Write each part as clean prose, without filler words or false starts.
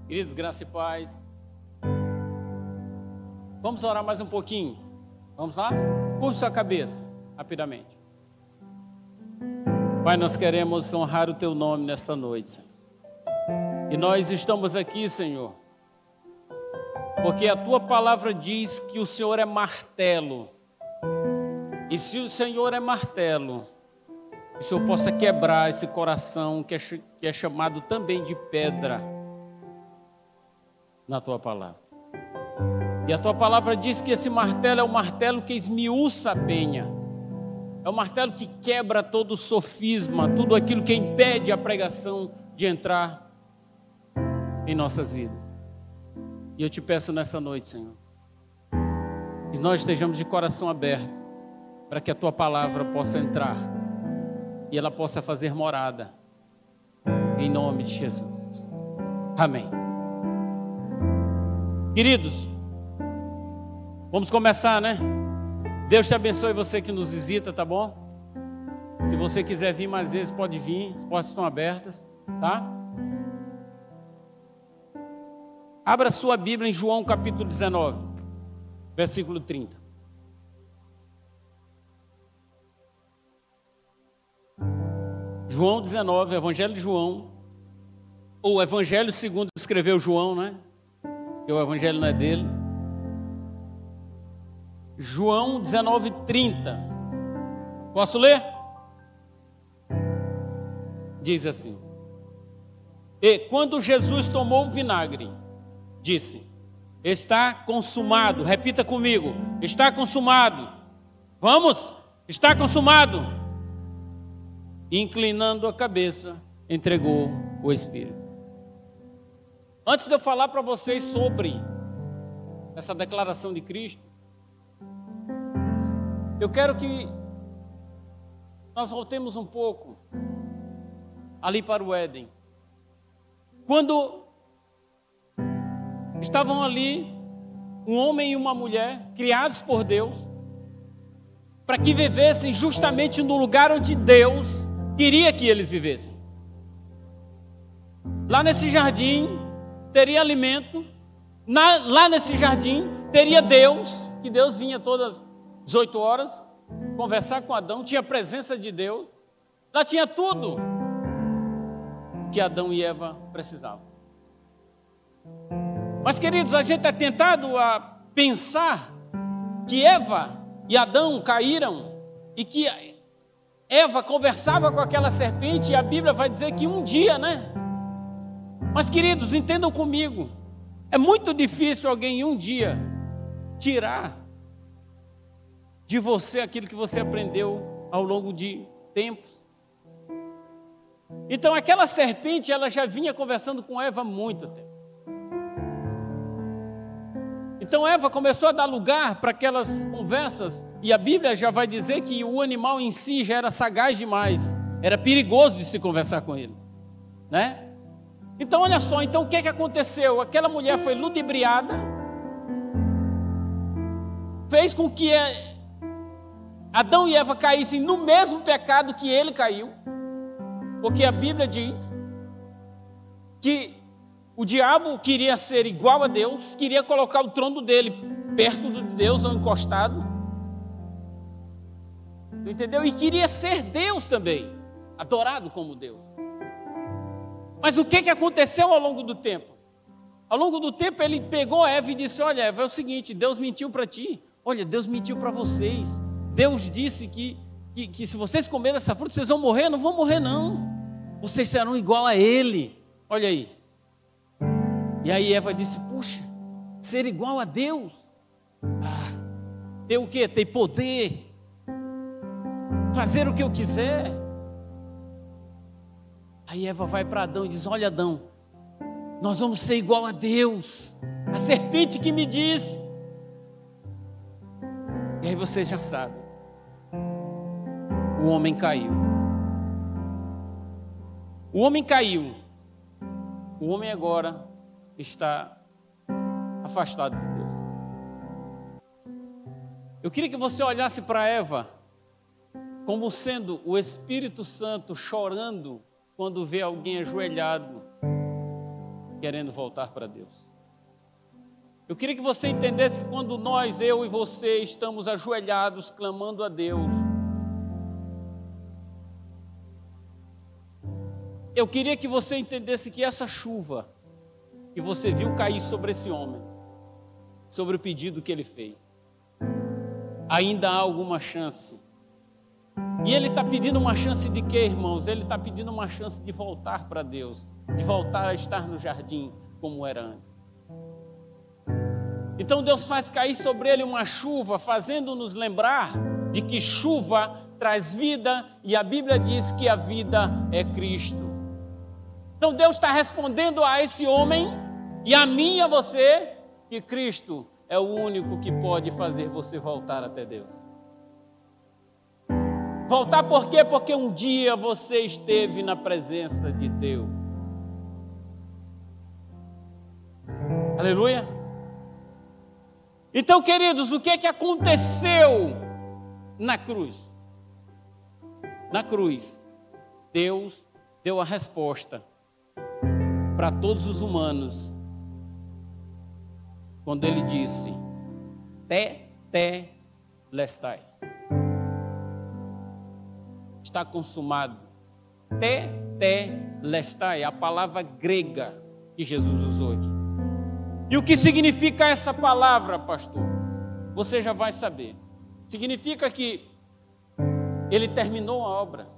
Queridos, graça e paz. Vamos orar mais um pouquinho? Vamos lá? Curva sua cabeça, rapidamente. Pai, nós queremos honrar o Teu nome nesta noite, Senhor. E nós estamos aqui, Senhor, porque a Tua palavra diz que o Senhor é martelo. E se o Senhor é martelo, que o Senhor possa quebrar esse coração que é chamado também de pedra na Tua palavra. E a Tua palavra diz que esse martelo é o martelo que esmiuça a penha. É o martelo que quebra todo o sofisma, tudo aquilo que impede a pregação de entrar em nossas vidas. E eu te peço nessa noite, Senhor, que nós estejamos de coração aberto para que a Tua palavra possa entrar e ela possa fazer morada em nome de Jesus. Amém. Queridos, vamos começar, né? Deus te abençoe, você que nos visita, tá bom? Se você quiser vir mais vezes, pode vir, as portas estão abertas, tá? Abra sua Bíblia em João capítulo 19, versículo 30. João 19, Evangelho de João, ou Evangelho segundo escreveu João, né? Porque o Evangelho não é dele. João 19, 30. Posso ler? Diz assim: E quando Jesus tomou o vinagre, disse: Está consumado. Repita comigo: está consumado. Vamos? Está consumado. E inclinando a cabeça, entregou o Espírito. Antes de eu falar para vocês sobre essa declaração de Cristo, eu quero que nós voltemos um pouco ali para o Éden. Quando estavam ali um homem e uma mulher, criados por Deus, para que vivessem justamente no lugar onde Deus queria que eles vivessem. Lá nesse jardim teria alimento, lá nesse jardim teria Deus, que Deus vinha todas 18 horas, conversar com Adão, tinha a presença de Deus, lá tinha tudo que Adão e Eva precisavam. Mas, queridos, a gente é tentado a pensar que Eva e Adão caíram e que Eva conversava com aquela serpente, e a Bíblia vai dizer que um dia, né? Mas, queridos, entendam comigo, é muito difícil alguém um dia tirar de você aquilo que você aprendeu ao longo de tempos. Então aquela serpente, ela já vinha conversando com Eva há muito tempo. Então Eva começou a dar lugar para aquelas conversas, e a Bíblia já vai dizer que o animal em si já era sagaz demais, era perigoso de se conversar com ele, né? Então olha só, então o que aconteceu? Aquela mulher foi ludibriada, fez com que Adão e Eva caíssem no mesmo pecado que ele caiu, porque a Bíblia diz que o diabo queria ser igual a Deus, queria colocar o trono dele perto de Deus ou encostado, entendeu? E queria ser Deus também, adorado como Deus. Mas o que aconteceu ao longo do tempo? Ao longo do tempo ele pegou Eva e disse: olha, Eva, é o seguinte, Deus mentiu para ti, olha, Deus mentiu para vocês. Deus disse que se vocês comerem dessa fruta, vocês vão morrer. Não vão morrer, não. Vocês serão igual a Ele. Olha aí. E aí Eva disse: puxa, ser igual a Deus? Ter o quê? Ter poder. Fazer o que eu quiser. Aí Eva vai para Adão e diz: olha, Adão, nós vamos ser igual a Deus. A serpente que me disse. E aí você já sabe. O homem caiu. O homem caiu. O homem agora está afastado de Deus. Eu queria que você olhasse para Eva como sendo o Espírito Santo chorando quando vê alguém ajoelhado querendo voltar para Deus. Eu queria que você entendesse que quando nós, eu e você, estamos ajoelhados, clamando a Deus, eu queria que você entendesse que essa chuva que você viu cair sobre esse homem, sobre o pedido que ele fez, ainda há alguma chance. E ele está pedindo uma chance de quê, irmãos? Ele está pedindo uma chance de voltar para Deus, de voltar a estar no jardim como era antes. Então Deus faz cair sobre ele uma chuva, fazendo-nos lembrar de que chuva traz vida, e a Bíblia diz que a vida é Cristo. Então Deus está respondendo a esse homem, e a mim e a você, que Cristo é o único que pode fazer você voltar até Deus. Voltar por quê? Porque um dia você esteve na presença de Deus. Aleluia. Então, queridos, o que é que aconteceu na cruz? Na cruz, Deus deu a resposta para todos os humanos, quando Ele disse, Tetelestai. Está consumado. Tetelestai, a palavra grega que Jesus usou aqui. E o que significa essa palavra, pastor? Você já vai saber. Significa que Ele terminou a obra.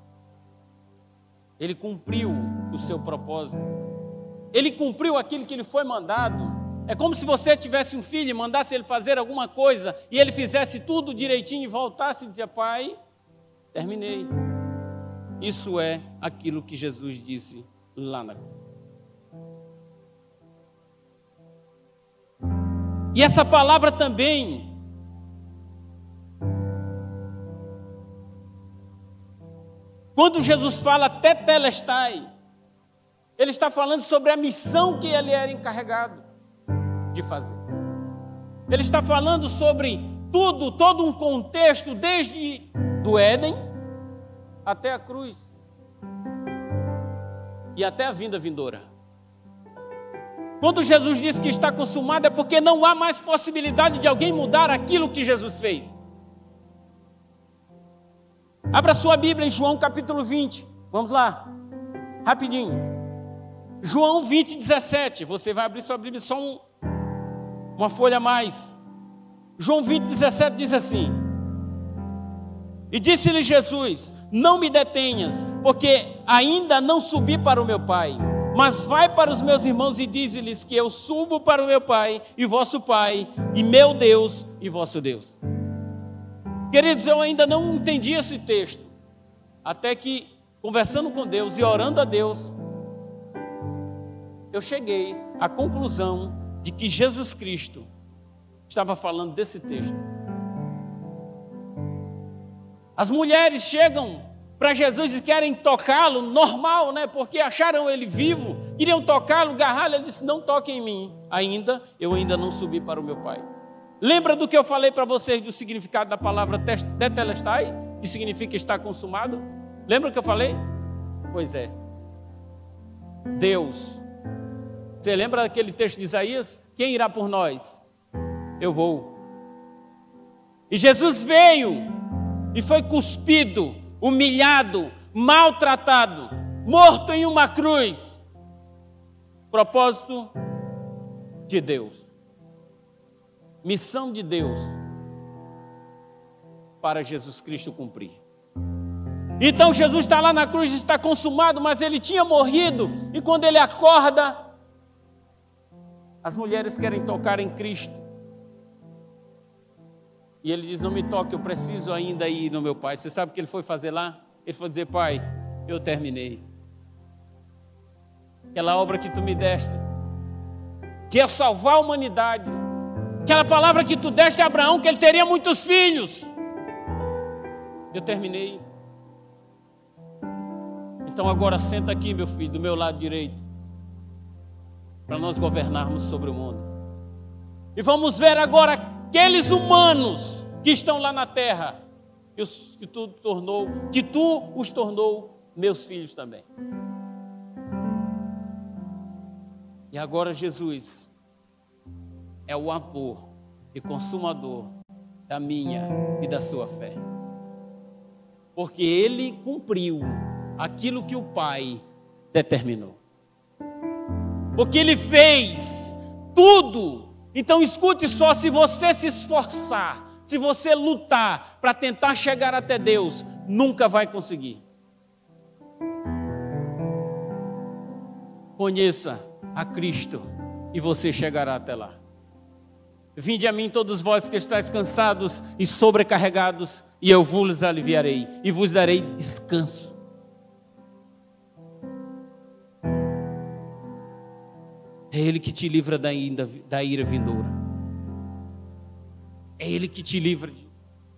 Ele cumpriu o seu propósito. Ele cumpriu aquilo que Ele foi mandado. É como se você tivesse um filho e mandasse ele fazer alguma coisa e ele fizesse tudo direitinho e voltasse e dizia, pai, terminei. Isso é aquilo que Jesus disse lá na cruz. E essa palavra também quando Jesus fala Tetelestai, Ele está falando sobre a missão que Ele era encarregado de fazer. Ele está falando sobre tudo, todo um contexto, desde do Éden até a cruz e até a vinda vindoura. Quando Jesus diz que está consumado, é porque não há mais possibilidade de alguém mudar aquilo que Jesus fez. Abra sua Bíblia em João capítulo 20. Vamos lá, rapidinho. João 20, 17. Você vai abrir sua Bíblia só uma folha a mais. João 20, 17 diz assim: e disse-lhe Jesus, não me detenhas, porque ainda não subi para o meu Pai, mas vai para os meus irmãos e dize-lhes que eu subo para o meu Pai e vosso Pai, e meu Deus e vosso Deus. Queridos, eu ainda não entendi esse texto, até que, conversando com Deus e orando a Deus, eu cheguei à conclusão de que Jesus Cristo estava falando desse texto. As mulheres chegam para Jesus e querem tocá-lo, normal, né? Porque acharam ele vivo, queriam tocá-lo, agarrá-lo. Ele disse, não toquem em mim, eu ainda não subi para o meu Pai. Lembra do que eu falei para vocês do significado da palavra Tetelestai, que significa estar consumado? Lembra o que eu falei? Pois é, Deus. Você lembra daquele texto de Isaías? Quem irá por nós? Eu vou. E Jesus veio e foi cuspido, humilhado, maltratado, morto em uma cruz. Propósito de Deus. Missão de Deus para Jesus Cristo cumprir. Então Jesus está lá na cruz, está consumado, mas ele tinha morrido. E quando ele acorda, as mulheres querem tocar em Cristo. E ele diz, não me toque, eu preciso ainda ir no meu Pai. Você sabe o que ele foi fazer lá? Ele foi dizer, Pai, eu terminei. Aquela obra que tu me deste, que é salvar a humanidade. Aquela palavra que tu deste a Abraão, que ele teria muitos filhos. Eu terminei. Então agora senta aqui, meu filho, do meu lado direito, para nós governarmos sobre o mundo. E vamos ver agora aqueles humanos que estão lá na terra, que tu os tornou meus filhos também. E agora Jesus é o autor e consumador da minha e da sua fé. Porque Ele cumpriu aquilo que o Pai determinou. Porque Ele fez tudo. Então escute só, se você se esforçar, se você lutar para tentar chegar até Deus, nunca vai conseguir. Conheça a Cristo e você chegará até lá. Vinde a mim todos vós que estáis cansados e sobrecarregados, e eu vos aliviarei e vos darei descanso. É Ele que te livra da ira vindoura. É Ele que te livra disso.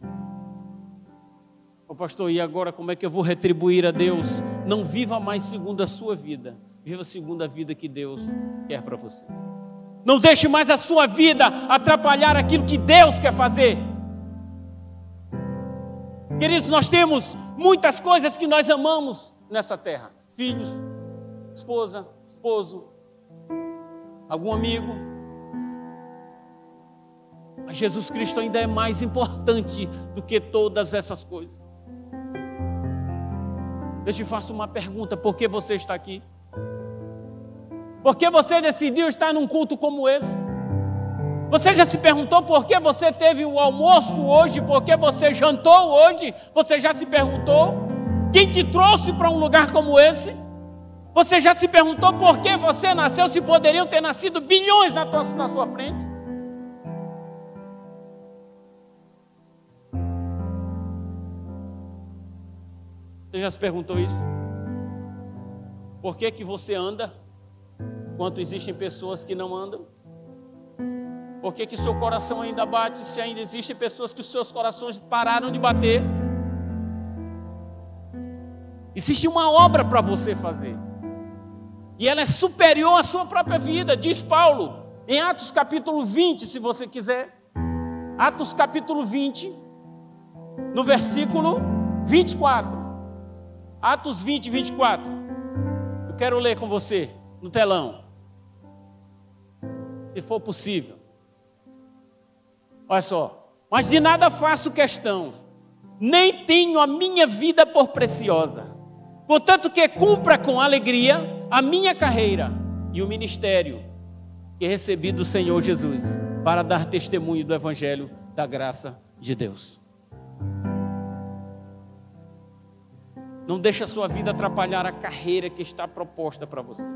Ô pastor, e agora como é que eu vou retribuir a Deus? Não viva mais segundo a sua vida. Viva segundo a vida que Deus quer para você. Não deixe mais a sua vida atrapalhar aquilo que Deus quer fazer. Queridos, nós temos muitas coisas que nós amamos nessa terra. Filhos, esposa, esposo, algum amigo. Mas Jesus Cristo ainda é mais importante do que todas essas coisas. Eu te faço uma pergunta: por que você está aqui? Por que você decidiu estar num culto como esse? Você já se perguntou por que você teve o almoço hoje? Por que você jantou hoje? Você já se perguntou? Quem te trouxe para um lugar como esse? Você já se perguntou por que você nasceu, se poderiam ter nascido bilhões na sua frente? Você já se perguntou isso? Por que que você anda enquanto existem pessoas que não andam? Por que que seu coração ainda bate se ainda existem pessoas que os seus corações pararam de bater? Existe uma obra para você fazer. E ela é superior à sua própria vida, diz Paulo, em Atos capítulo 20, se você quiser. Atos capítulo 20, no versículo 24. Atos 20, 24. Eu quero ler com você no telão, se for possível. Olha só. Mas de nada faço questão, nem tenho a minha vida por preciosa. Portanto que cumpra com alegria a minha carreira e o ministério que recebi do Senhor Jesus, para dar testemunho do Evangelho da graça de Deus. Não deixe a sua vida atrapalhar a carreira que está proposta para você.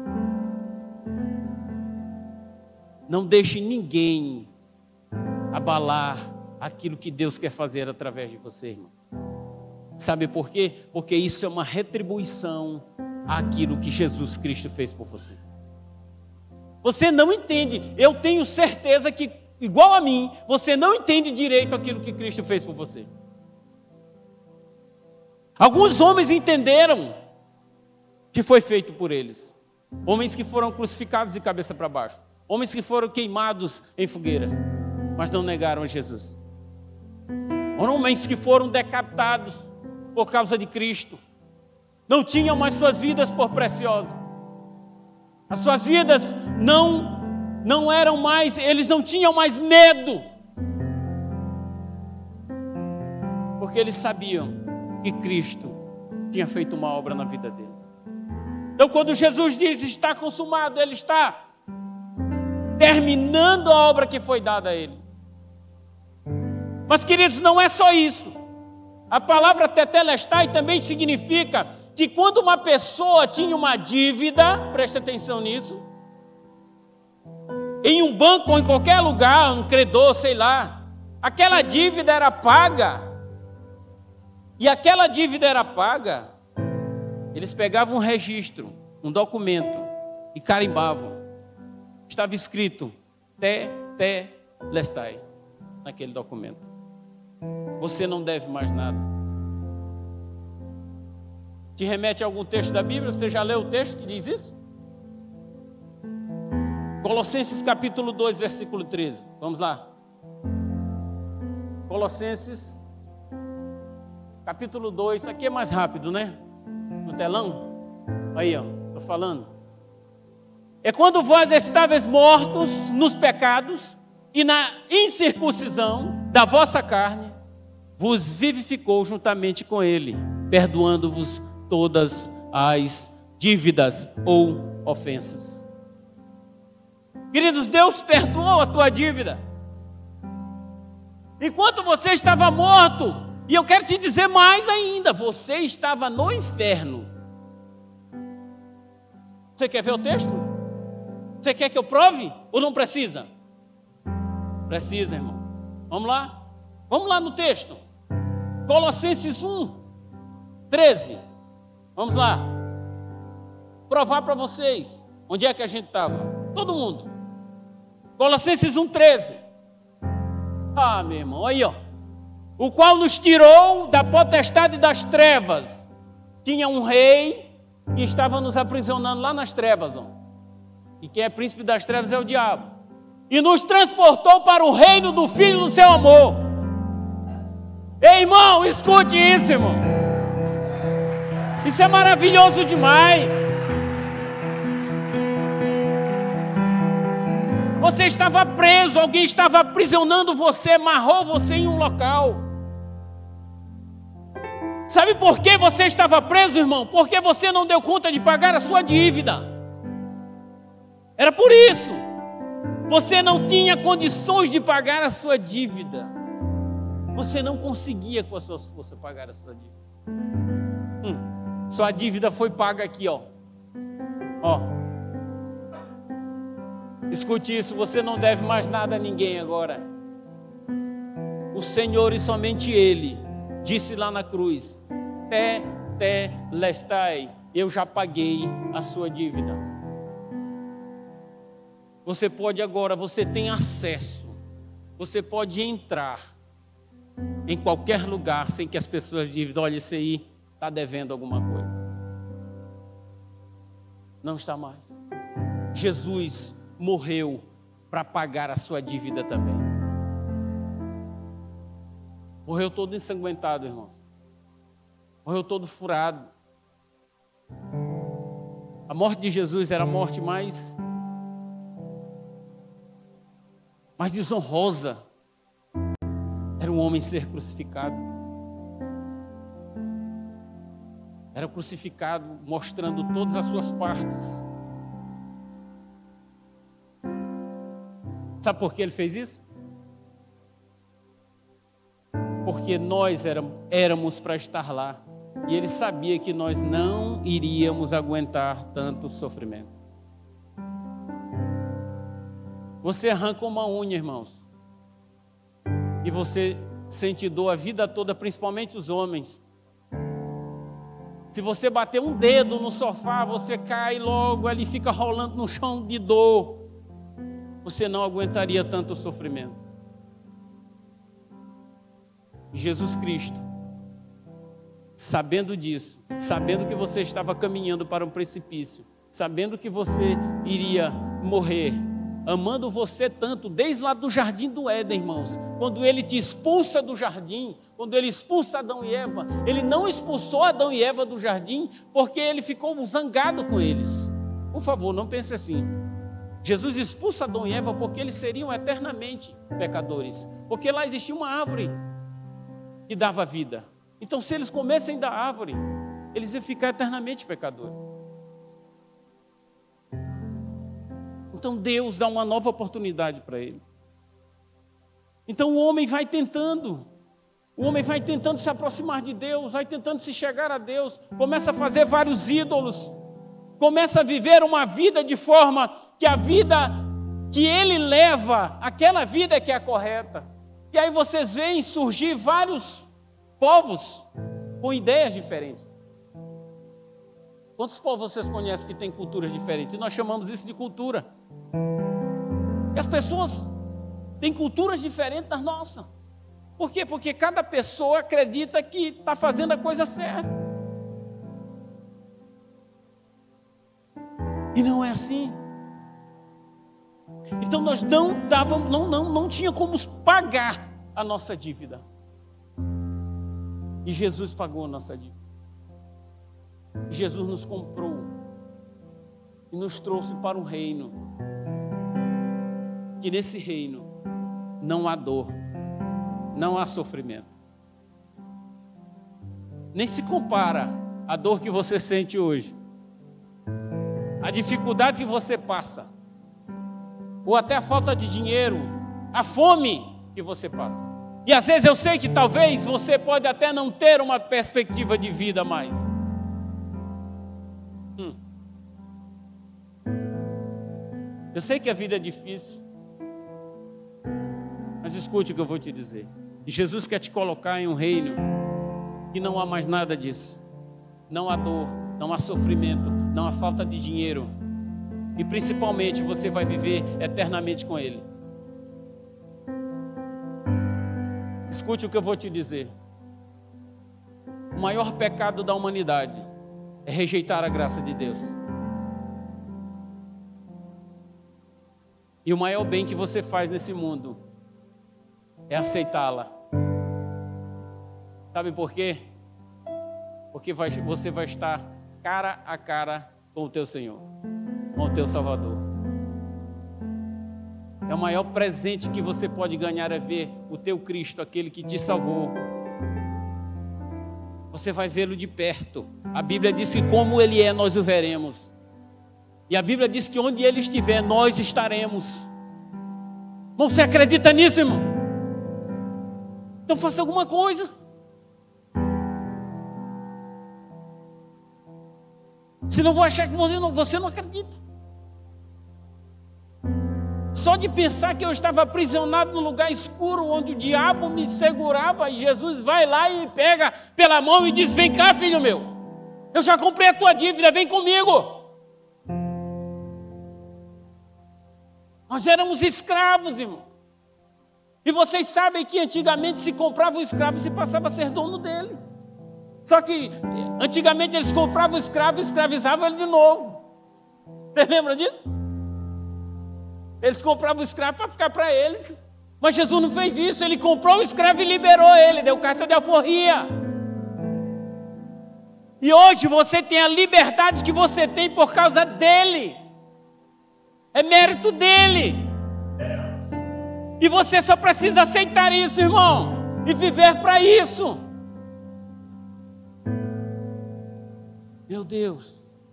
Não deixe ninguém abalar aquilo que Deus quer fazer através de você, irmão. Sabe por quê? Porque isso é uma retribuição àquilo que Jesus Cristo fez por você. Você não entende, eu tenho certeza que, igual a mim, você não entende direito aquilo que Cristo fez por você. Alguns homens entenderam que foi feito por eles. Homens que foram crucificados de cabeça para baixo. Homens que foram queimados em fogueiras, mas não negaram a Jesus. Homens que foram decapitados por causa de Cristo. Não tinham mais suas vidas por preciosas. As suas vidas não eram mais, eles não tinham mais medo. Porque eles sabiam que Cristo tinha feito uma obra na vida deles. Então quando Jesus diz está consumado, Ele está terminando a obra que foi dada a Ele. Mas queridos, não é só isso. A palavra tetelestai também significa que quando uma pessoa tinha uma dívida, preste atenção nisso, em um banco ou em qualquer lugar, um credor, sei lá, aquela dívida era paga. E aquela dívida era paga, eles pegavam um registro, um documento e carimbavam. Estava escrito tetelestai naquele documento. Você não deve mais nada. Te remete a algum texto da Bíblia? Você já leu o texto que diz isso? Colossenses capítulo 2, versículo 13. Vamos lá. Colossenses capítulo 2, aqui é mais rápido, né? No telão. Aí, ó, estou falando. É quando vós estáveis mortos nos pecados e na incircuncisão da vossa carne, vos vivificou juntamente com ele, perdoando-vos todas as dívidas ou ofensas. Queridos, Deus perdoou a tua dívida. Enquanto você estava morto, e eu quero te dizer mais ainda, você estava no inferno. Você quer ver o texto? Você quer que eu prove ou não precisa? Precisa, irmão. Vamos lá? Vamos lá no texto. Colossenses 1, 13. Vamos lá. Provar para vocês onde é que a gente estava. Todo mundo. Colossenses 1, 13. Ah, meu irmão, aí ó. O qual nos tirou da potestade das trevas. Tinha um rei que estava nos aprisionando lá nas trevas, ó. E quem é príncipe das trevas é o diabo. E nos transportou para o reino do Filho do seu amor. Ei, irmão, escute isso, irmão. Isso é maravilhoso demais. Você estava preso, alguém estava aprisionando você, amarrou você em um local. Sabe por que você estava preso, irmão? Porque você não deu conta de pagar a sua dívida. Era por isso. Você não tinha condições de pagar a sua dívida. Você não conseguia com a sua força pagar a sua dívida. Sua dívida foi paga aqui, ó. Ó. Escute isso, você não deve mais nada a ninguém agora. O Senhor e somente Ele disse lá na cruz: Tetelestai, eu já paguei a sua dívida. Você pode agora, você tem acesso, você pode entrar em qualquer lugar sem que as pessoas digam: olha, esse aí está devendo alguma coisa. Não está mais. Jesus morreu para pagar a sua dívida também. Morreu todo ensanguentado, irmão. Morreu todo furado. A morte de Jesus era a morte mais desonrosa. Era um homem ser crucificado. Era crucificado mostrando todas as suas partes. Sabe por que ele fez isso? Porque nós éramos para estar lá. E ele sabia que nós não iríamos aguentar tanto sofrimento. Você arranca uma unha, irmãos. E você sente dor a vida toda, principalmente os homens. Se você bater um dedo no sofá, você cai logo, ali fica rolando no chão de dor. Você não aguentaria tanto sofrimento. Jesus Cristo, sabendo disso, sabendo que você estava caminhando para um precipício, sabendo que você iria morrer, amando você tanto, desde lá do jardim do Éden, irmãos, quando ele te expulsa do jardim, quando ele expulsa Adão e Eva, ele não expulsou Adão e Eva do jardim porque ele ficou zangado com eles. Por favor, não pense assim. Jesus expulsa Adão e Eva porque eles seriam eternamente pecadores, porque lá existia uma árvore que dava vida. Então, se eles comessem da árvore, eles iam ficar eternamente pecadores. Então, Deus dá uma nova oportunidade para ele. Então, o homem vai tentando se aproximar de Deus, vai tentando se chegar a Deus, começa a fazer vários ídolos, começa a viver uma vida de forma que a vida que ele leva, aquela vida que é a correta. E aí vocês veem surgir vários povos com ideias diferentes. Quantos povos vocês conhecem que têm culturas diferentes? E nós chamamos isso de cultura. E as pessoas têm culturas diferentes das nossas. Por quê? Porque cada pessoa acredita que está fazendo a coisa certa. E não é assim. Então nós não tinha como pagar a nossa dívida. E Jesus pagou a nossa dívida. Jesus nos comprou. e nos trouxe para um reino, que nesse reino não há dor, não há sofrimento. Nem se compara a dor que você sente hoje, a dificuldade que você passa, ou até a falta de dinheiro, a fome que você passa. E às vezes eu sei que talvez você pode até não ter uma perspectiva de vida mais. Eu sei que a vida é difícil, mas escute o que eu vou te dizer. E Jesus quer te colocar em um reino que não há mais nada disso. Não há dor, não há sofrimento, não há falta de dinheiro. E principalmente você vai viver eternamente com Ele. Escute o que eu vou te dizer. O maior pecado da humanidade é rejeitar a graça de Deus. E o maior bem que você faz nesse mundo é aceitá-la. Sabe por quê? Porque você vai estar cara a cara com o teu Senhor, com o teu Salvador. É o maior presente que você pode ganhar é ver o teu Cristo, aquele que te salvou. Você vai vê-lo de perto. A Bíblia diz que como Ele é, nós o veremos. E a Bíblia diz que onde Ele estiver, nós estaremos. Irmão, você acredita nisso, irmão? Então faça alguma coisa. Senão vou achar que você não acredita. Só de pensar que eu estava aprisionado num lugar escuro, onde o diabo me segurava, e Jesus vai lá e me pega pela mão e diz: vem cá, filho meu, eu já comprei a tua dívida, vem comigo. Nós éramos escravos, irmão. E vocês sabem que antigamente se comprava um escravo e se passava a ser dono dele. Só que antigamente eles compravam o escravo e escravizavam ele de novo. Você lembra disso? Eles compravam o escravo para ficar para eles. Mas Jesus não fez isso. Ele comprou o escravo e liberou ele. Deu carta de alforria. E hoje você tem a liberdade que você tem por causa dele. É mérito dele. E você só precisa aceitar isso, irmão. E viver para isso. Meu Deus.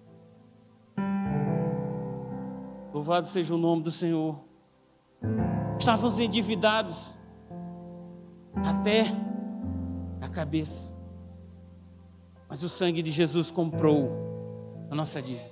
Louvado seja o nome do Senhor. Estávamos endividados até a cabeça. Mas o sangue de Jesus comprou a nossa dívida.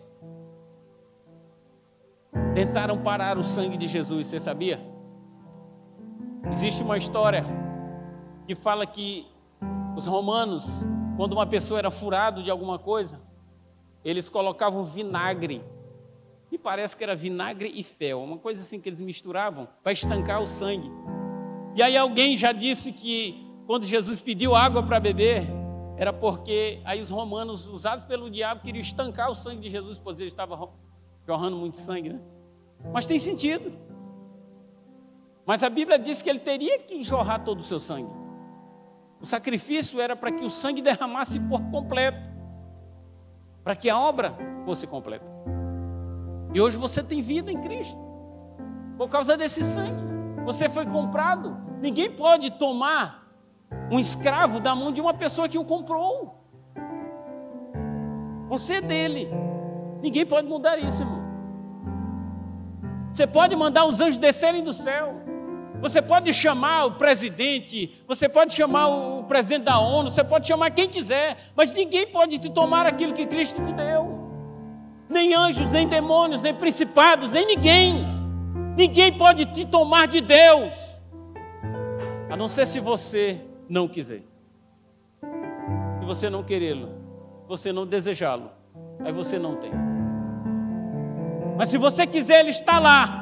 Tentaram parar o sangue de Jesus, você sabia? Existe uma história que fala que os romanos, quando uma pessoa era furado de alguma coisa, eles colocavam vinagre. E parece que era vinagre e fel, uma coisa assim que eles misturavam para estancar o sangue. E aí alguém já disse que quando Jesus pediu água para beber, era porque aí os romanos, usados pelo diabo, queriam estancar o sangue de Jesus, pois ele estava jorrando muito sangue, né? Mas tem sentido. Mas a Bíblia diz que ele teria que jorrar todo o seu sangue. O sacrifício era para que o sangue derramasse por completo, para que a obra fosse completa. E hoje você tem vida em Cristo, por causa desse sangue. Você foi comprado. Ninguém pode tomar um escravo da mão de uma pessoa que o comprou. Você é dele. Ninguém pode mudar isso, irmão. Você pode mandar os anjos descerem do céu. Você pode chamar o presidente, você pode chamar o presidente da ONU, você pode chamar quem quiser, mas ninguém pode te tomar aquilo que Cristo te deu. Nem anjos, nem demônios, nem principados, nem ninguém. Ninguém pode te tomar de Deus, a não ser se você não quiser. Se você não querê-lo, você não desejá-lo, aí você não tem. Mas se você quiser, ele está lá,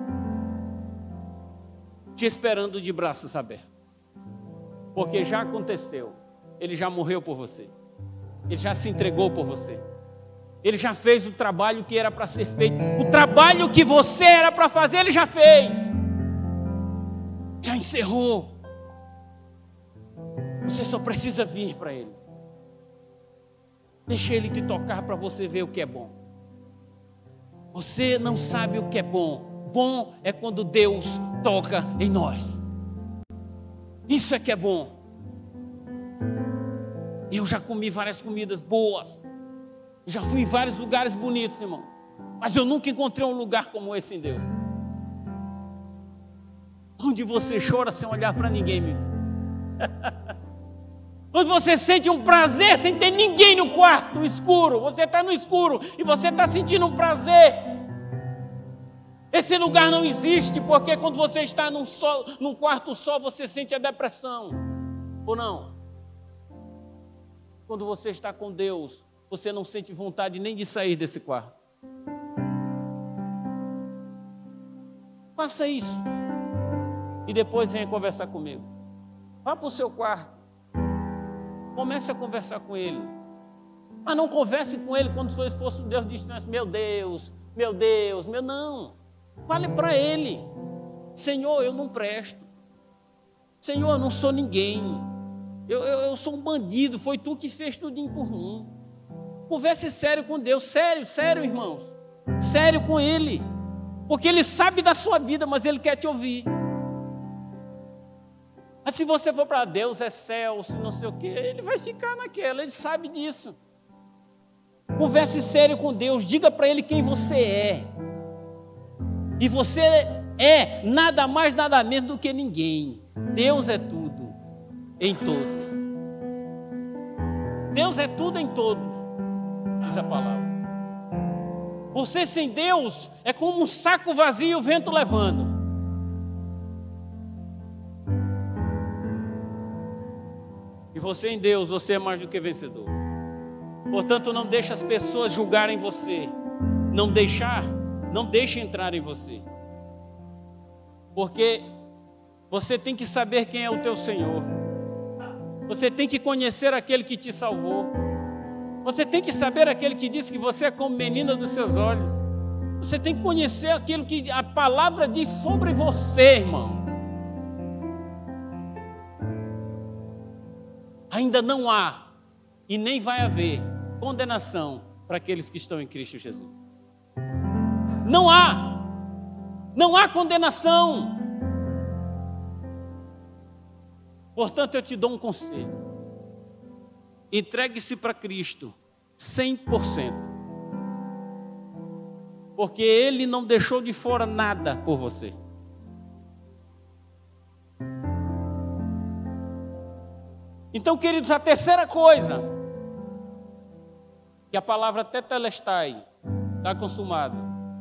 te esperando de braços abertos. Porque já aconteceu. Ele já morreu por você. Ele já se entregou por você. Ele já fez o trabalho que era para ser feito. O trabalho que você era para fazer, ele já fez. Já encerrou. Você só precisa vir para ele. Deixa ele te tocar para você ver o que é bom. Você não sabe o que é bom. Bom é quando Deus toca em nós. Isso é que é bom. Eu já comi várias comidas boas. Já fui em vários lugares bonitos, irmão. Mas eu nunca encontrei um lugar como esse em Deus. Onde você chora sem olhar para ninguém, meu. Quando você sente um prazer sem ter ninguém no quarto, escuro. Você está no escuro e você está sentindo um prazer. Esse lugar não existe, porque quando você está num quarto só, você sente a depressão. Ou não? Quando você está com Deus, você não sente vontade nem de sair desse quarto. Faça isso. E depois venha conversar comigo. Vá para o seu quarto. Comece a conversar com Ele. Mas não converse com Ele como se fosse um Deus distante. Meu Deus, meu Deus, meu não. Fale para Ele. Senhor, eu não presto. Senhor, eu não sou ninguém. Eu sou um bandido. Foi Tu que fez tudinho por mim. Converse sério com Deus. Sério, sério, irmãos. Sério com Ele. Porque Ele sabe da sua vida, mas Ele quer te ouvir. Mas se você for para Deus, é céu, se não sei o quê, Ele vai ficar naquela, Ele sabe disso. Converse sério com Deus, diga para Ele quem você é. E você é nada mais, nada menos do que ninguém. Deus é tudo, em todos. Deus é tudo em todos, diz a palavra. Você sem Deus é como um saco vazio e o vento levando. E você em Deus, você é mais do que vencedor. Portanto, não deixe as pessoas julgarem você. Não deixe entrar em você. Porque você tem que saber quem é o teu Senhor. Você tem que conhecer aquele que te salvou. Você tem que saber aquele que disse que você é como menina dos seus olhos. Você tem que conhecer aquilo que a palavra diz sobre você, irmão. Ainda não há e nem vai haver condenação para aqueles que estão em Cristo Jesus. Não há condenação. Portanto, eu te dou um conselho. Entregue-se para Cristo 100%. Porque Ele não deixou de fora nada por você. Então, queridos, a terceira coisa, que a palavra tetelestai, está consumado,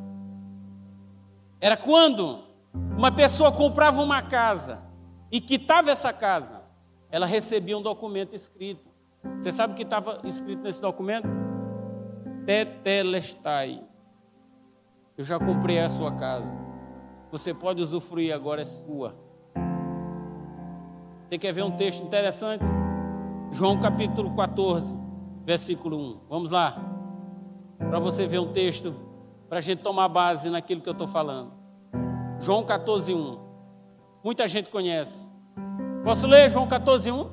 era quando uma pessoa comprava uma casa e quitava essa casa, ela recebia um documento escrito. Você sabe o que estava escrito nesse documento? Tetelestai. Eu já comprei a sua casa. Você pode usufruir, agora é sua. Você quer ver um texto interessante? João capítulo 14, versículo 1. Vamos lá. Para você ver um texto, para a gente tomar base naquilo que eu estou falando. João 14, 1. Muita gente conhece. Posso ler João 14, 1?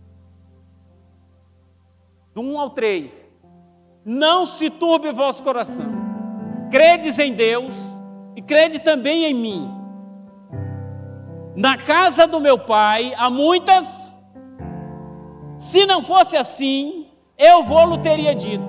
Do 1 ao 3. Não se turbe o vosso coração. Credes em Deus e crede também em mim. Na casa do meu Pai há muitas. Se não fosse assim, eu vou-lhe teria dito.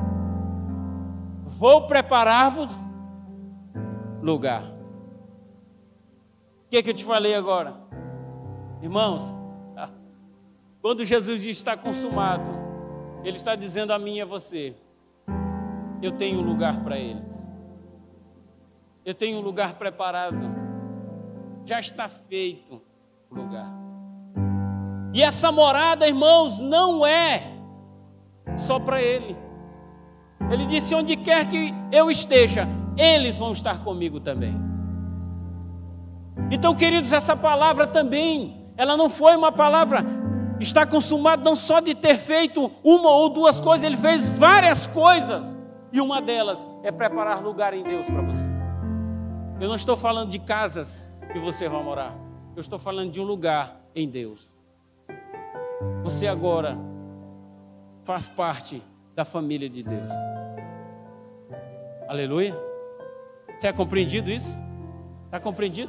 Vou preparar-vos lugar. O que eu te falei agora? Irmãos, quando Jesus diz está consumado, Ele está dizendo a mim e a você, eu tenho um lugar para eles. Eu tenho um lugar preparado. Já está feito o lugar. E essa morada, irmãos, não é só para Ele. Ele disse, onde quer que eu esteja, eles vão estar comigo também. Então, queridos, essa palavra também, ela não foi uma palavra, está consumado não só de ter feito uma ou duas coisas, Ele fez várias coisas. E uma delas é preparar lugar em Deus para você. Eu não estou falando de casas que você vai morar. Eu estou falando de um lugar em Deus. Você agora faz parte da família de Deus. Aleluia. Você é compreendido isso? Está compreendido?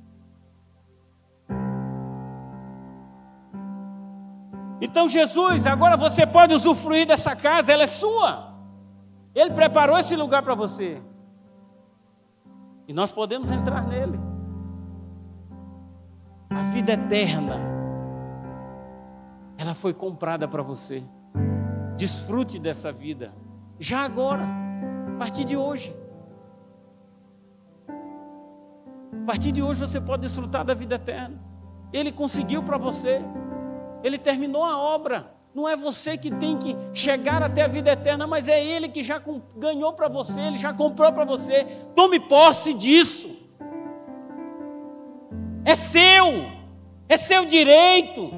Então Jesus, agora você pode usufruir dessa casa, ela é sua. Ele preparou esse lugar para você. E nós podemos entrar nele. A vida eterna, ela foi comprada para você. Desfrute dessa vida, já agora, a partir de hoje. A partir de hoje você pode desfrutar da vida eterna. Ele conseguiu para você. Ele terminou a obra. Não é você que tem que chegar até a vida eterna, mas é Ele que já ganhou para você, Ele já comprou para você. Tome posse disso. É seu direito.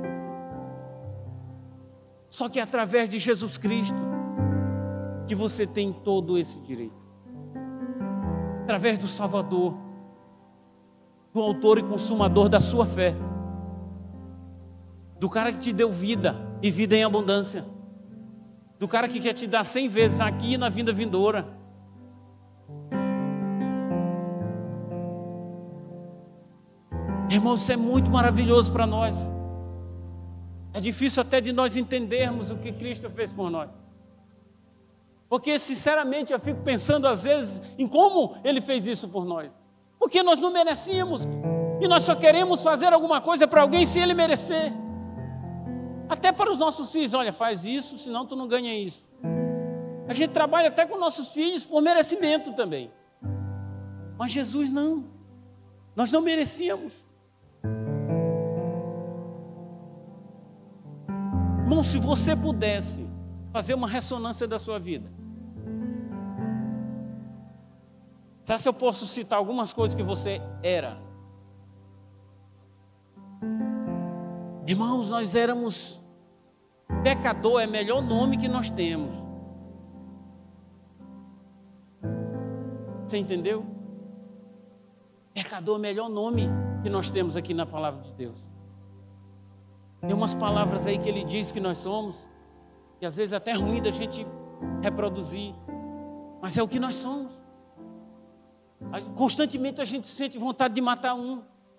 Só que é através de Jesus Cristo que você tem todo esse direito. Através do Salvador, do autor e consumador da sua fé. Do cara que te deu vida e vida em abundância. Do cara que quer te dar 100 vezes aqui e na vida vindoura. Irmãos, isso é muito maravilhoso para nós. É difícil até de nós entendermos o que Cristo fez por nós. Porque, sinceramente, eu fico pensando às vezes em como Ele fez isso por nós. Porque nós não merecíamos. E nós só queremos fazer alguma coisa para alguém se Ele merecer. Até para os nossos filhos, olha, faz isso, senão tu não ganha isso. A gente trabalha até com nossos filhos por merecimento também. Mas Jesus não. Nós não merecíamos. Irmão, se você pudesse fazer uma ressonância da sua vida. Sabe se eu posso citar algumas coisas que você era? Irmãos, nós éramos pecador, é o melhor nome que nós temos. Você entendeu? Pecador é o melhor nome que nós temos aqui na palavra de Deus. Tem umas palavras aí que ele diz que nós somos, que às vezes é até ruim da gente reproduzir, mas é o que nós somos. Constantemente a gente sente vontade de matar um.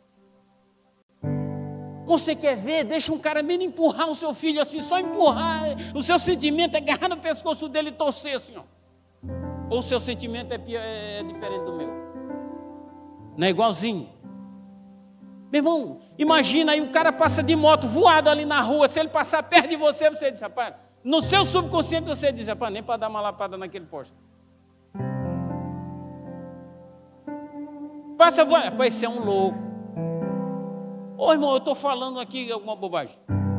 Você quer ver? Deixa um cara mesmo empurrar o seu filho assim, só empurrar. O seu sentimento é agarrar no pescoço dele e torcer assim, ó. Ou o seu sentimento é diferente do meu? Não é igualzinho? Meu irmão, imagina aí, o cara passa de moto voado ali na rua. Se ele passar perto de você, você diz, rapaz, no seu subconsciente você diz, rapaz, nem para dar uma lapada naquele poste. Passa voando, rapaz, esse é um louco. Ô irmão, eu estou falando aqui alguma bobagem.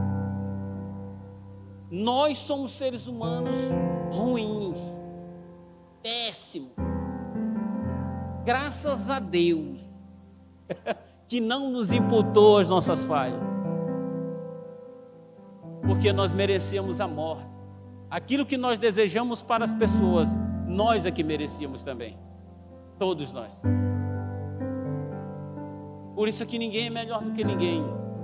Nós somos seres humanos ruins, péssimos. Graças a Deus que não nos imputou as nossas falhas, porque nós merecíamos a morte. Aquilo que nós desejamos para as pessoas, nós é que merecíamos também. Todos nós. Por isso é que ninguém é melhor do que ninguém.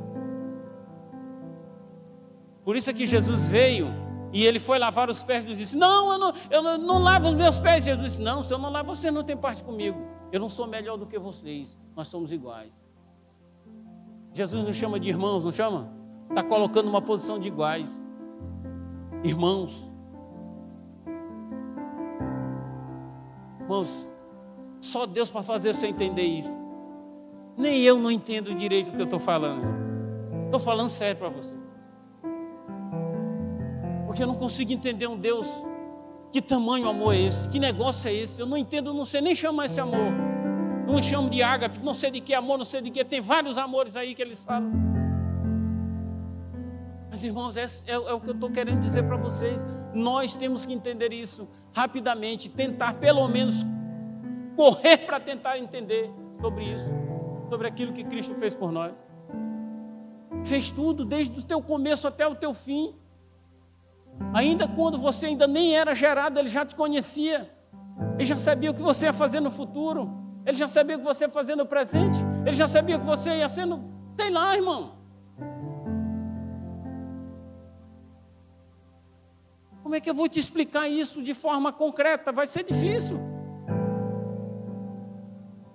Por isso é que Jesus veio e ele foi lavar os pés e disse, não, eu não lavo os meus pés. Jesus disse, não, se eu não lavo, você não tem parte comigo. Eu não sou melhor do que vocês, nós somos iguais. Jesus nos chama de irmãos, não chama? Está colocando uma posição de iguais. Irmãos. Irmãos, só Deus para fazer você entender isso. Nem eu não entendo direito o que eu estou falando. Estou falando sério para você. Porque eu não consigo entender um Deus. Que tamanho amor é esse? Que negócio é esse? Eu não entendo, eu não sei nem chamar esse amor. Não chamo de ágape, não sei de que amor, não sei de que. Tem vários amores aí que eles falam. Mas irmãos, é o que eu estou querendo dizer para vocês. Nós temos que entender isso rapidamente. Tentar pelo menos correr para tentar entender sobre isso. Sobre aquilo que Cristo fez por nós. Fez tudo, desde o teu começo até o teu fim. Ainda quando você ainda nem era gerado, Ele já te conhecia. Ele já sabia o que você ia fazer no futuro. Ele já sabia o que você ia fazer no presente. Ele já sabia o que você ia ser no... Sei lá, irmão. Como é que eu vou te explicar isso de forma concreta? Vai ser difícil.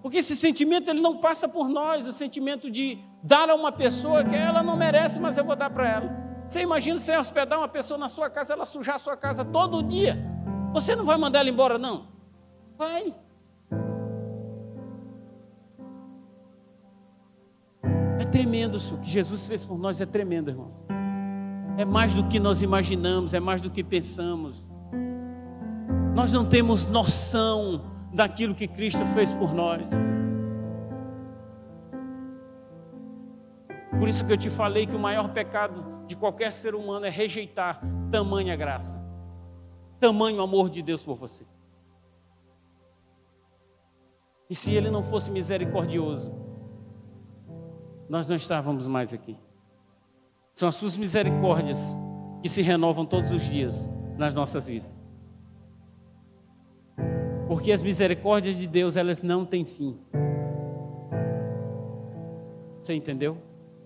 Porque esse sentimento ele não passa por nós, o sentimento de dar a uma pessoa que ela não merece, mas eu vou dar para ela. Você imagina você hospedar uma pessoa na sua casa, ela sujar a sua casa todo dia. Você não vai mandar ela embora, não? Vai. É tremendo isso. O que Jesus fez por nós é tremendo, irmão. É mais do que nós imaginamos, é mais do que pensamos. Nós não temos noção daquilo que Cristo fez por nós. Por isso que eu te falei que o maior pecado de qualquer ser humano é rejeitar tamanha graça, tamanho amor de Deus por você. E se Ele não fosse misericordioso, nós não estávamos mais aqui. São as suas misericórdias que se renovam todos os dias nas nossas vidas. Porque as misericórdias de Deus, elas não têm fim. Você entendeu?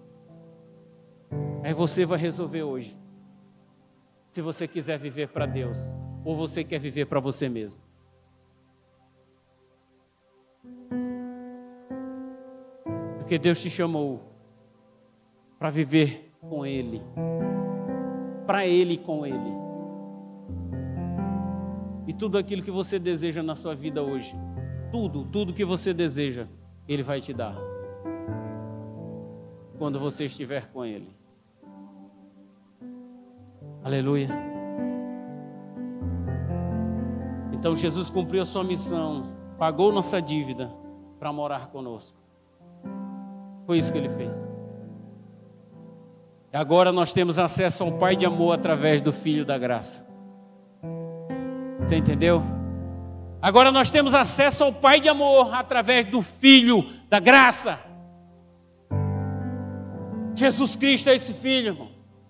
Aí você vai resolver hoje. Se você quiser viver para Deus, ou você quer viver para você mesmo. Porque Deus te chamou para viver com Ele. Para Ele e com Ele. E tudo aquilo que você deseja na sua vida hoje, tudo que você deseja, Ele vai te dar. Quando você estiver com Ele. Aleluia. Então Jesus cumpriu a sua missão, pagou nossa dívida para morar conosco. Foi isso que Ele fez. E agora nós temos acesso ao Pai de amor através do Filho da graça. Você entendeu? Agora nós temos acesso ao Pai de amor através do Filho da graça. Jesus Cristo é esse Filho, irmão.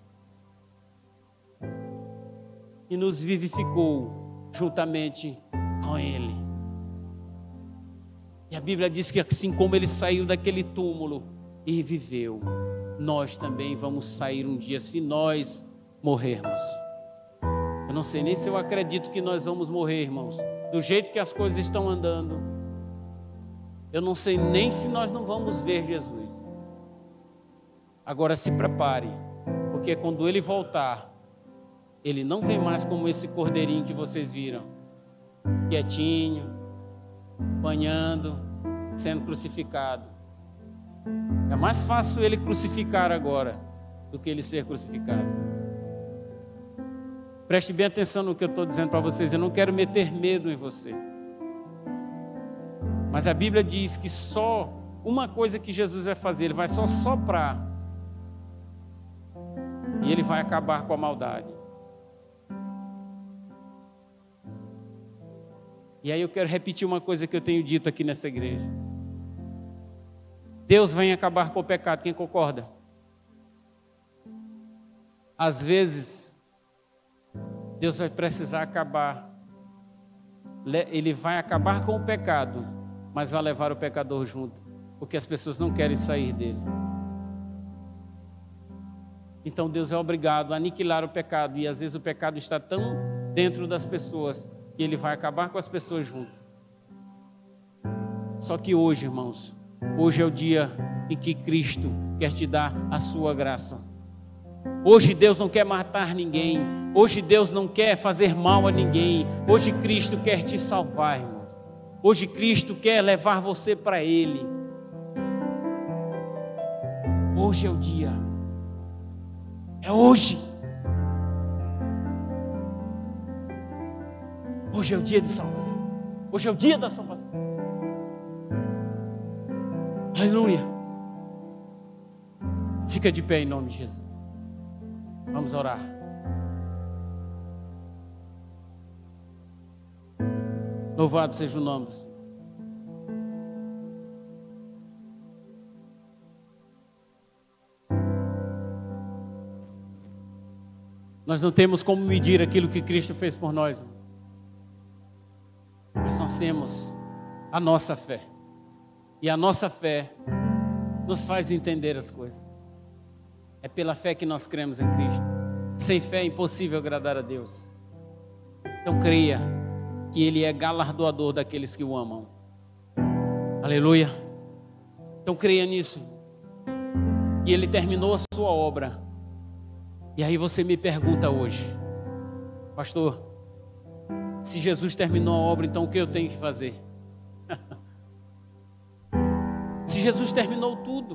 E nos vivificou juntamente com Ele. E a Bíblia diz que assim como Ele saiu daquele túmulo e viveu, nós também vamos sair um dia se nós morrermos. Eu não sei nem se eu acredito que nós vamos morrer, irmãos. Do jeito que as coisas estão andando, eu não sei nem se nós não vamos ver Jesus. Agora se prepare, porque quando Ele voltar, Ele não vem mais como esse cordeirinho que vocês viram, quietinho, banhando, sendo crucificado. É mais fácil Ele crucificar agora do que Ele ser crucificado. Preste bem atenção no que eu estou dizendo para vocês. Eu não quero meter medo em você. Mas a Bíblia diz que só uma coisa que Jesus vai fazer, Ele vai só soprar. E Ele vai acabar com a maldade. E aí eu quero repetir uma coisa que eu tenho dito aqui nessa igreja. Deus vem acabar com o pecado. Quem concorda? Às vezes, Deus vai precisar acabar. Ele vai acabar com o pecado, mas vai levar o pecador junto, porque as pessoas não querem sair dele. Então Deus é obrigado a aniquilar o pecado, e às vezes o pecado está tão dentro das pessoas que Ele vai acabar com as pessoas junto. Só que hoje, irmãos, hoje é o dia em que Cristo quer te dar a sua graça. Hoje Deus não quer matar ninguém. Hoje Deus não quer fazer mal a ninguém. Hoje Cristo quer te salvar, irmão. Hoje Cristo quer levar você para Ele. Hoje é o dia. É hoje. Hoje é o dia de salvação. Hoje é o dia da salvação. Aleluia. Fica de pé em nome de Jesus. Vamos orar. Louvado seja o nome do Senhor. Nós não temos como medir aquilo que Cristo fez por nós, mas nós temos a nossa fé. E a nossa fé nos faz entender as coisas. É pela fé que nós cremos em Cristo. Sem fé é impossível agradar a Deus. Então creia que Ele é galardoador daqueles que o amam. Aleluia. Então creia nisso. E Ele terminou a sua obra. E aí você me pergunta hoje: pastor, se Jesus terminou a obra, então o que eu tenho que fazer? Se Jesus terminou tudo.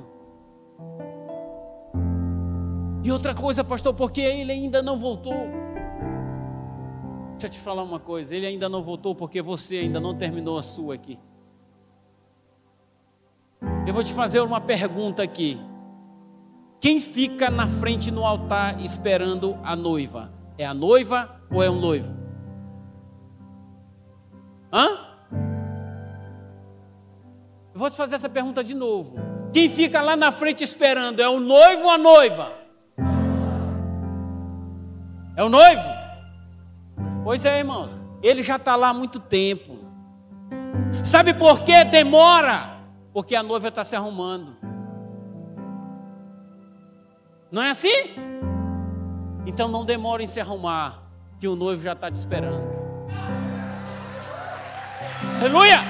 E outra coisa, pastor, porque Ele ainda não voltou. Deixa eu te falar uma coisa: Ele ainda não voltou porque você ainda não terminou a sua aqui. Eu vou te fazer uma pergunta aqui. Quem fica na frente no altar esperando a noiva? É a noiva ou é o noivo? Eu vou te fazer essa pergunta de novo. Quem fica lá na frente esperando, é o noivo ou a noiva? É o noivo? Pois é, irmãos. Ele já está lá há muito tempo. Sabe por que demora? Porque a noiva está se arrumando. Não é assim? Então não demore em se arrumar, que o noivo já está te esperando. Aleluia!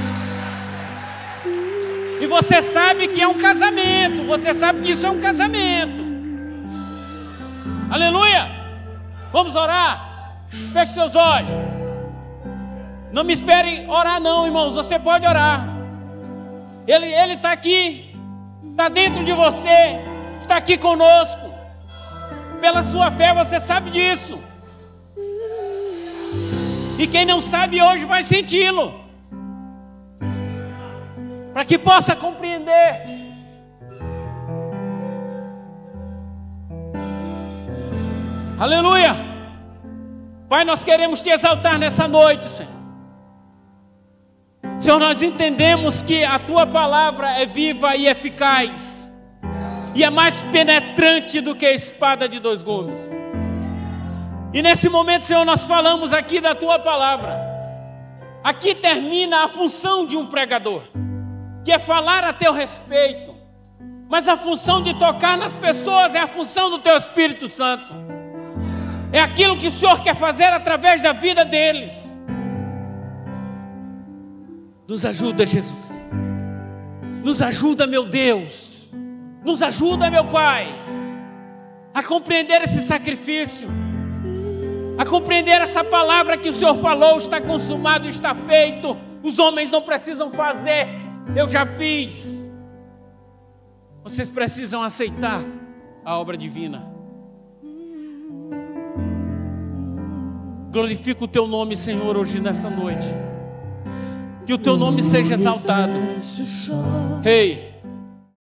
E você sabe que é um casamento. Você sabe que isso é um casamento. Aleluia! Vamos orar? Feche seus olhos. Não me espere orar não, irmãos. Você pode orar. Ele está aqui. Está dentro de você. Está aqui conosco. Pela sua fé você sabe disso. E quem não sabe hoje vai senti-lo. Para que possa compreender. Aleluia. Pai, nós queremos te exaltar nessa noite, Senhor. Senhor, nós entendemos que a tua palavra é viva e eficaz. E é mais penetrante do que a espada de dois gumes. E nesse momento, Senhor, nós falamos aqui da tua palavra. Aqui termina a função de um pregador, que é falar a teu respeito. Mas a função de tocar nas pessoas é a função do teu Espírito Santo. É aquilo que o Senhor quer fazer através da vida deles. Nos ajuda, Jesus. Nos ajuda, meu Deus. Nos ajuda, meu Pai, a compreender esse sacrifício, a compreender essa palavra que o Senhor falou: está consumado, está feito. Os homens não precisam fazer, eu já fiz. Vocês precisam aceitar a obra divina. Glorifica o teu nome, Senhor, hoje nessa noite. Que o teu nome seja exaltado. Rei.